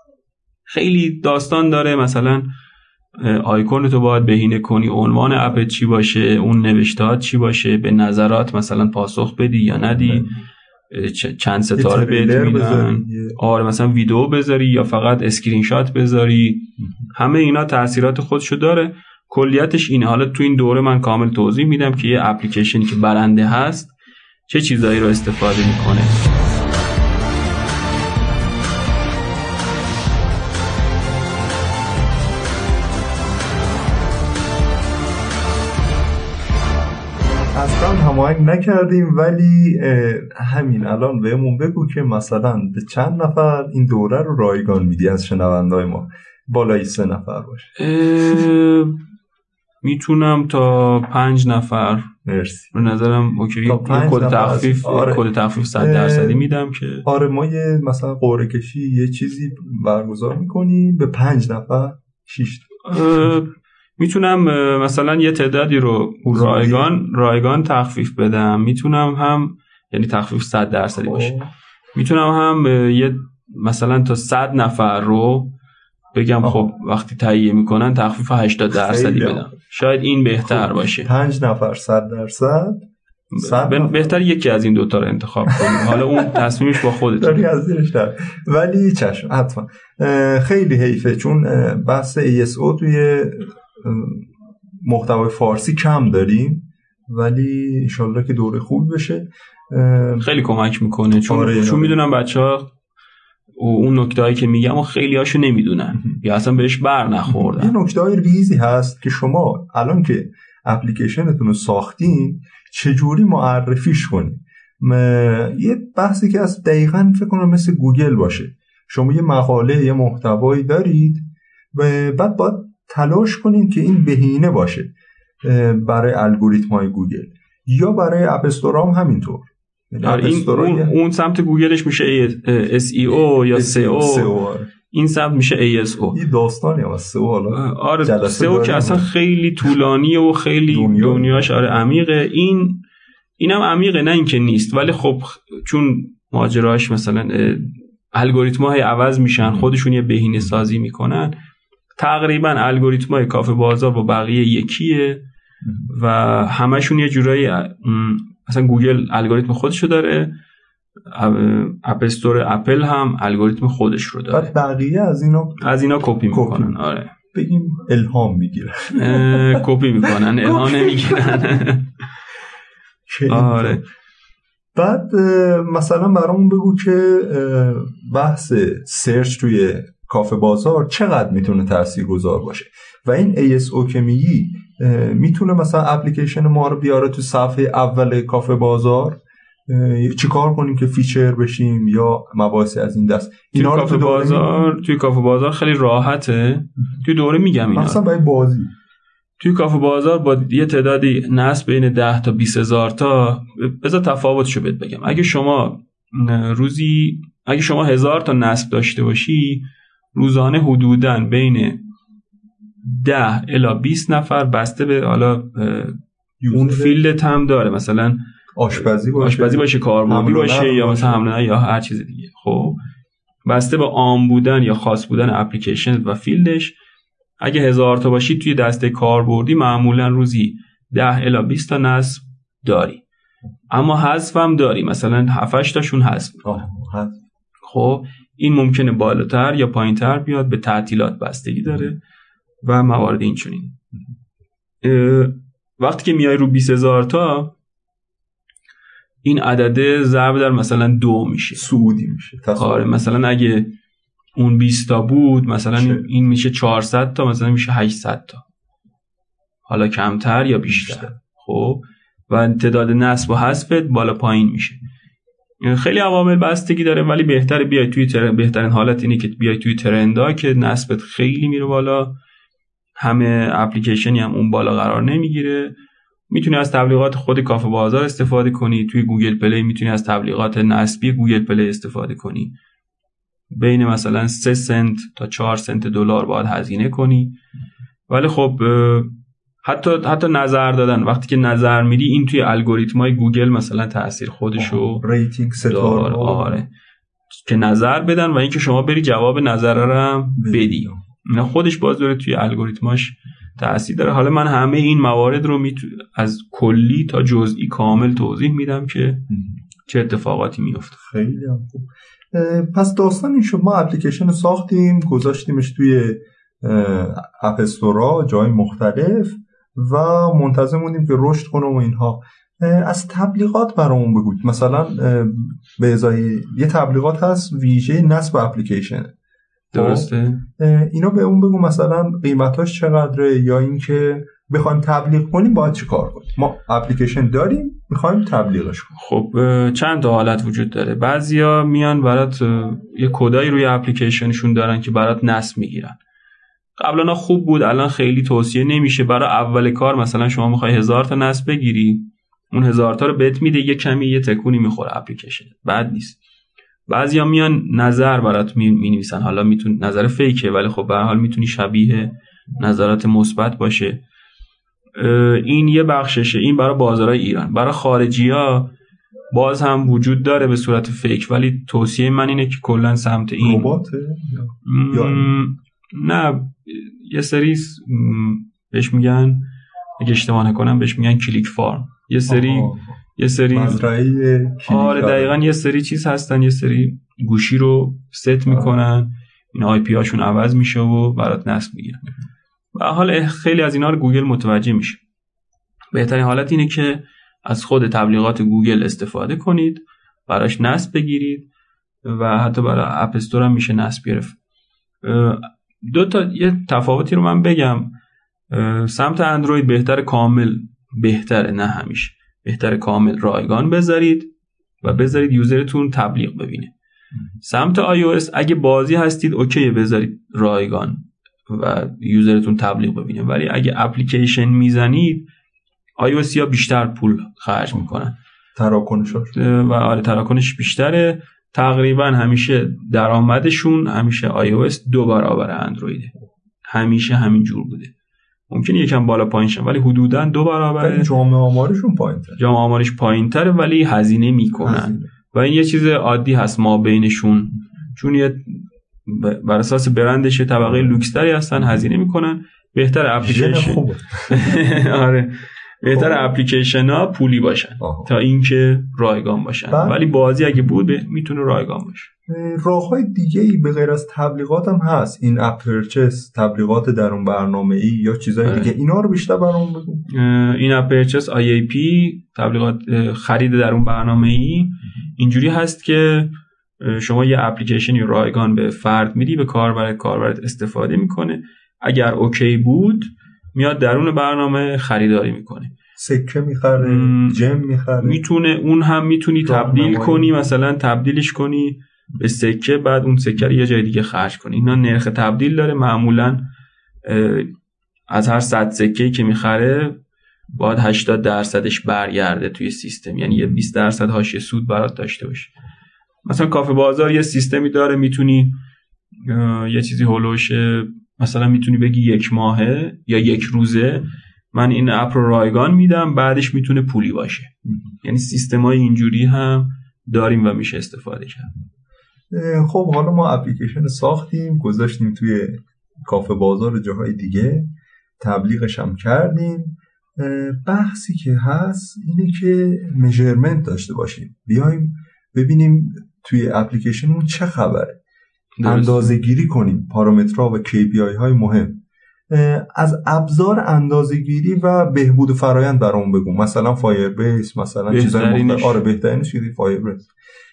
خیلی داستان داره، مثلا آیکون تو باید بهینه کنی، عنوان اپ چی باشه، اون نوشتهات چی باشه، به نظرات مثلا پاسخ بدی یا ندی، چند ستاره بهت میدن، آره مثلا ویدیو بذاری یا فقط اسکرین شات بذاری، همه اینا تاثیرات خودشو داره. کلیتش اینه. حالا تو این دوره من کامل توضیح میدم که یه اپلیکیشنی که برنده هست چه چیزایی رو استفاده میکنه. اصلا هماهنگ نکردیم، ولی همین الان بهمون بگو که مثلا به چند نفر این دوره رو رایگان میدی از شنونده‌های ما؟ بالای سه نفر باشه. میتونم تا پنج نفر. مرسی. به نظرم اوکی. کد تخفیف آره. کد تخفیف صد درصدی میدم که آره ما یه مثلا قرعه کشی یه چیزی برگزار میکنیم به پنج نفر شش میتونم مثلا یه تعدادی رو رایگان رایگان تخفیف بدم، میتونم هم یعنی تخفیف صد درصدی باشه، میتونم هم یه مثلا تا صد نفر رو بگم آه. خب وقتی تهیه میکنن تخفیف هشتاد درصدی بدم، شاید این بهتر خب. باشه. پنج نفر صد درصد ب... بهتر یکی از این دوتا رو انتخاب کنیم. حالا اون تصمیمش با خودت داری از زیرش در، ولی چشم حتما. خیلی حیفه چون بحث ای اس او توی محتوای فارسی کم داریم، ولی انشالله که دوره خوب بشه. خیلی کمک میکنه، چون آره چون میدونم بچه‌ها اون نکتهایی که میگم و خیلی هاشو نمیدونن یا اصلا بهش بر نخوردن. یه نکته‌های ریزی هست که شما الان که اپلیکیشنتون رو ساختین چجوری معرفیش کنین. یه بحثی که از دقیقاً فکر کنم مثل گوگل باشه، شما یه مقاله یه محتوایی دارید و بعد باید تلاش کنین که این بهینه باشه برای الگوریتم‌های گوگل یا برای اپ استور هم همینطور. این اون, اون سمت گوگلش میشه اس ای او یا سی او، این سمت میشه ای اس او. این داستانی هم از سی او. آره سی او که اصلا خیلی طولانیه و خیلی دنیا. دنیاش آره عمیقه. این اینم عمیقه، نه اینکه نیست، ولی خب چون ماجراش مثلا الگوریتم‌های عوض میشن، خودشون یه بهینه سازی میکنن، تقریبا الگوریتم‌های کافه بازار با بقیه یکیه و همشون یه جورایی، مثلا گوگل الگوریتم خودشو داره، اپ استور اپل هم الگوریتم خودش رو داره، بقیه از اینا از اینا کپی میکنن. آره بگیم الهام میگیرن، کپی میکنن، الهام نمیگیرن. آره. بعد مثلا برامون بگو که بحث سرچ توی کافه بازار چقدر میتونه تاثیرگذار باشه و این ای اس او که میگی میتونه مثلا اپلیکیشن ما رو بیاره تو صفحه اول کافه بازار، چی کار کنیم که فیچر بشیم یا مباحث از این دست. اینا رو تو بازار، توی کافه بازار خیلی راحته، توی دوره میگم اینا مثلا برای بازی توی کافه بازار با یه تعدادی نصب بین ده تا بیست هزار تا، بذار تفاوتشو بهت بگم. اگه شما روزی اگه شما هزار تا نصب داشته باشی، روزانه حدوداً بین ده الی بیست نفر، بسته به حالا اون فیلدت هم داره، مثلا آشپزی باشه، آشپزی باشه، کارمندی باشه یا مثلا حمله یا هر چیز دیگه. خب بسته به عام بودن یا خاص بودن اپلیکیشن و فیلدش، اگه هزار تا باشی توی دسته کاربردی معمولا روزی ده الی بیست تا نصب داری، اما حذف هم داری، مثلا هفت هشت تاشون حذف. خب این ممکنه بالاتر یا پایینتر بیاد، به تعطیلات بستگی داره و موارد این چنین. وقتی که میای رو بیست هزار تا، این عدده ضرب در مثلا دو میشه، سعودی میشه. آره مثلا اگه اون بیست تا بود، مثلا چه؟ این میشه چهارصد تا، مثلا میشه هشتصد تا، حالا کمتر یا بیشتر, بیشتر. خب و تعداد نصب و حذفت بالا پایین میشه. خیلی عوامل بستگی داره، ولی بهتره بیای توی ترند. بهترین حالت اینه که بیای توی ترندا که نصبت خیلی میره بالا، همه اپلیکیشنی هم اون بالا قرار نمیگیره. میتونی از تبلیغات خود کافه بازار استفاده کنی، توی گوگل پلی میتونی از تبلیغات نصبی گوگل پلی استفاده کنی، بین مثلا سه سنت تا چهار سنت دلار باید هزینه کنی. ولی خب حتی حتی نظر دادن، وقتی که نظر میدی، این توی الگوریتمای گوگل مثلا تأثیر خودشو ریتینگ ستاره، آره که نظر بدن و اینکه شما بری جواب نظر رو هم بدی، اینا خودش باز داره توی الگوریتماش تأثیر داره. حالا من همه این موارد رو میتو... از کلی تا جزئی کامل توضیح میدم که چه اتفاقاتی میفته. خیلی خوب. پس داستان این شد، ما اپلیکیشن رو ساختیم، گذاشتیمش توی اپ استورا جای مختلف و منتظر موندیم که رشد کنه و اینها. از تبلیغات برامون بگو، مثلا به ازای یه تبلیغات هست ویژه نصب اپلیکیشن، درسته؟ اینا به اون بگو مثلا قیمتاش چقدره، یا اینکه بخوایم تبلیغ کنیم باید چی کار کنیم. ما اپلیکیشن داریم میخوایم تبلیغش کنیم. خب چند تا حالت وجود داره. بعضیا میان برات یه کدایی روی اپلیکیشنشون دارن که برات نصب میگیرن. قبلا خوب بود، الان خیلی توصیه نمیشه. برای اول کار مثلا شما میخوای هزار تا نصب بگیری، اون هزار تا رو بهت میده، یه کمی یه تکونی میخوره اپلیکیشن، بعد نیست. بعضیا میان نظر برات مینویسن، حالا میتونه نظر فیکه ولی خب به هر حال میتونی شبیه نظرات مثبت باشه. این یه بخششه، این برای بازارهای ایران. برای خارجی‌ها باز هم وجود داره به صورت فیک، ولی توصیه من اینه که کلا سمت این رباته یا نه، یه سری بهش میگن، اگه اشتباه نکنم بهش میگن کلیک فارم، یه سری آها. یه سری مزرعه آره دقیقاً یه سری چیز هستن، یه سری گوشی رو ست میکنن، این آی پی هاشون عوض میشه و برات نصب میگیرن. و حال خیلی از اینا رو گوگل متوجه میشه. بهترین حالت اینه که از خود تبلیغات گوگل استفاده کنید، براش نصب بگیرید و حتی برای اپ استور هم میشه نصب گرفت. دو تا یه تفاوتی رو من بگم. سمت اندروید بهتر کامل، بهتره نه همیشه، بهتر کامل رایگان بذارید و بذارید یوزرتون تبلیغ ببینه. سمت آی او اس اگه بازی هستید اوکی بذارید رایگان و یوزرتون تبلیغ ببینه، ولی اگه اپلیکیشن میزنید آی او اس یا بیشتر پول خرج میکنن، تراکنشش و آره تراکنش بیشتره. تقریبا همیشه درآمدشون همیشه آی او اس دو برابر اندرویده، همیشه همین جور بوده. ممکنه یکم بالا پایین شه ولی حدوداً دو برابره. جامعه آمارشون پایین‌تره، جامعه آمارش پایین‌تره ولی هزینه میکنن هزینه. و این یه چیز عادی هست ما بینشون، چون یه بر اساس برندش طبقه لوکس‌تری هستن، هزینه میکنن. بهتر اپلیکیشن آره بهتر اپلیکیشن ها پولی باشن آه. تا اینکه رایگان باشن بله. ولی بازی اگه بود میتونه رایگان باشه. راه‌های دیگه‌ای به غیر از تبلیغات هم هست، این اپ پرچس، تبلیغات درون برنامه‌ای یا چیزای دیگه، اینا رو بیشتر برام بگو. این اپ پرچس آی ای پی، تبلیغات خرید درون برنامه‌ای، اینجوری هست که شما یه اپلیکیشنی رایگان به فرد میدی، به کاربر، کاربرت استفاده میکنه، اگر اوکی بود میاد درون برنامه خریداری میکنه، سکه میخره، جم میخره، میتونه اون هم میتونی تبدیل کنی، مثلا تبدیلش کنی به سکه، بعد اون سکه رو یه جای دیگه خرج کنی. اینا نرخ تبدیل داره، معمولا از هر صد سکه‌ای که میخره باید هشتاد درصدش برگرده توی سیستم، یعنی یه بیست درصد حاشیه سود برات داشته باشه. مثلا کافه بازار یه سیستمی داره، میتونی یه چیزی هولوش مثلا میتونی بگی یک ماهه یا یک روزه من این اپ رو رایگان میدم، بعدش میتونه پولی باشه. یعنی سیستمای اینجوری هم داریم و میشه استفاده کرد. خب حالا ما اپلیکیشن ساختیم، گذاشتیم توی کافه بازار و جاهای دیگه، تبلیغش هم کردیم. بحثی که هست اینه که میجرمنت داشته باشیم، بیایم ببینیم توی اپلیکیشنمون چه خبره، اندازه گیری کنیم پارامترها و کی پی آی های مهم. از ابزار اندازه گیری و بهبود فرایند برام بگو، مثلا فایر بیس، مثلا چیزای مختلف. آره بهترینش چیزی فایر بیس.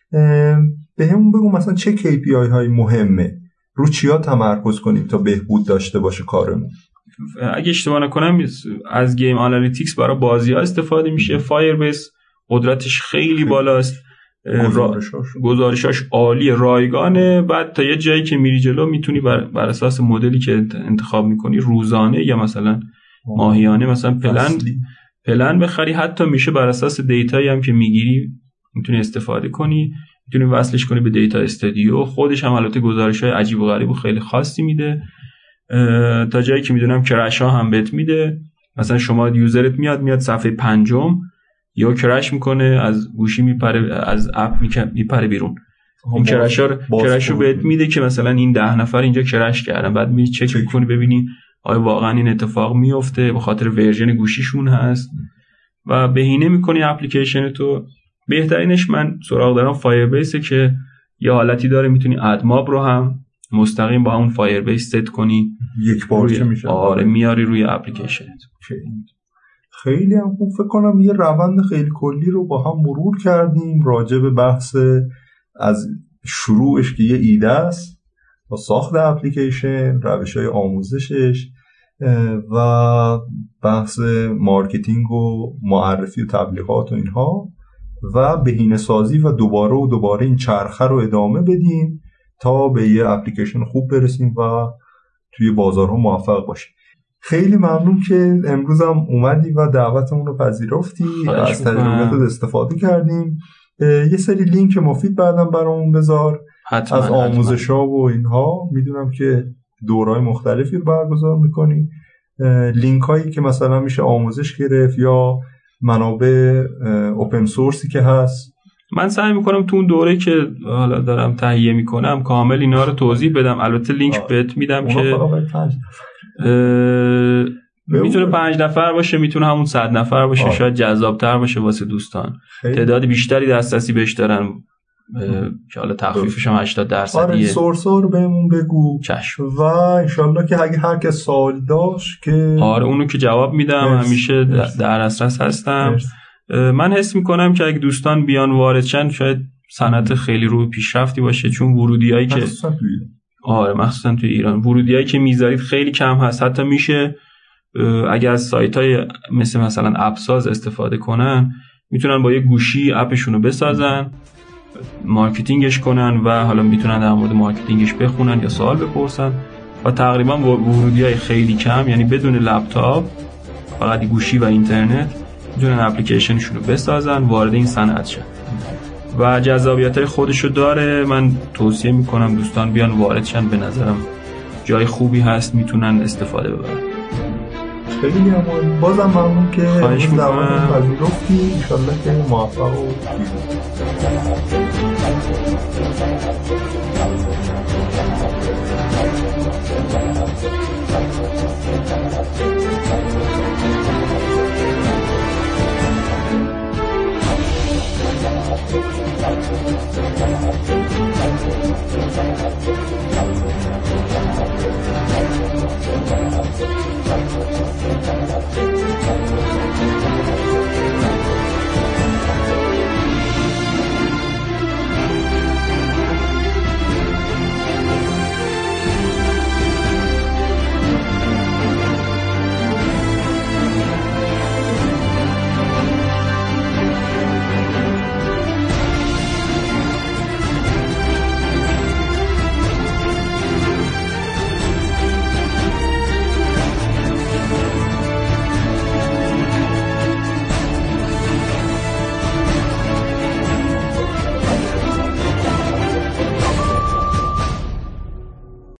بهمون بگو مثلا چه کی پی آی های مهمه، رو چیا تمرکز کنیم تا بهبود داشته باشه کارمون. اگه اشتباه نکنم از گیم آنالیتیکس برای بازی‌ها استفاده میشه. فایر بیس قدرتش خیلی بالاست، گزارشاش گزارشاش عالی، رایگانه. بعد تا یه جایی که میری جلو میتونی بر, بر اساس مدلی که انتخاب میکنی روزانه یا مثلا ماهیانه مثلا پلن پلن بخری، حتی میشه بر اساس دیتایی هم که میگیری میتونی استفاده کنی، میتونی وصلش کنی به دیتا استودیو. خودش هم البته گزارش‌های عجیب و غریب و خیلی خاصی میده، تا جایی که میدونم کرش ها هم بهت میده. مثلا شما یوزرت میاد میاد صفحه پنجم یا کرش میکنه، از گوشی میپره، از اپ میپره بیرون، این کرش ها کرش رو بهت میده که مثلا این ده نفر اینجا کرش کردن. بعد می چک میکنی ببینی آیا واقعا این اتفاق میفته، به خاطر ورژن گوشیشون هست و بهینه میکنی اپلیکیشن تو. بهترینش من سراغ دارم فایر بیسه که یه حالتی داره میتونی ادماب رو هم مستقیم با همون فایر بیس ست کنی، یک بارچه میشه. آره میاری روی اپلیکیشنت. خیلی هم خوب. فکر کنم یه روند خیلی کلی رو با هم مرور کردیم راجع به بحث از شروعش که یه ایده است با ساخت اپلیکیشن، روش‌های آموزشش و بحث مارکتینگ و معرفی و تبلیغات و اینها و بهینه‌سازی و دوباره و دوباره این چرخه رو ادامه بدیم تا به یه اپلیکیشن خوب برسیم و توی بازارها موفق باشیم. خیلی ممنون که امروز هم اومدی و دعوتمون رو پذیرفتی، از تجربیاتت استفاده کردیم. یه سری لینک مفید بعدم برامون بذار حتما، از آموزش‌ها و اینها. میدونم که دوره‌های مختلفی رو برگزار میکنی، لینک هایی که مثلا میشه آموزش گرفت یا منابع اوپن سورسی که هست. من سعی میکنم تو اون دوره که حالا دارم تهیه میکنم کامل اینا رو توضیح بدم. البته لینک بهت میدم که میتونه پنج نفر باشه، میتونه همون صد نفر باشه، آه. شاید جذابتر باشه واسه دوستان، تعداد بیشتری دسترسی بهش دارن که حالا تخفیفش هم هشتاد درصدیه. آره سورسا رو بهمون بگو چشم. و انشالله که اگه هر کس سوال داشت که آره اونو که جواب میدم، همیشه در اساس هستم. من حس میکنم که اگه دوستان بیان وارد شن شاید صنعت خیلی رو پیشرفتی باشه، چون ورودیایی که مخصوصا توی ایران آره مخصوصا توی ایران ورودیایی که میذارید خیلی کم هست. حتی میشه اگه از سایت‌های مثل مثلا اپساز استفاده کنن میتونن با یه گوشی اپشون رو بسازن، مارکتینگش کنن و حالا میتونن در مورد مارکتینگش بخونن یا سوال بپرسن و تقریبا ورودیای خیلی کم، یعنی بدون لپتاپ فقط گوشی و اینترنت میتونن اپلیکیشنشون رو بسازن وارد این صنعت شن و جذابیت‌های خودشو داره. من توصیه میکنم دوستان بیان وارد شن، به نظرم جای خوبی هست، میتونن استفاده ببرن. خیلی ممنون، بازم ممنون که خواهش میکنم پذیرفتی. ان شاءالله که موفق و پیروز.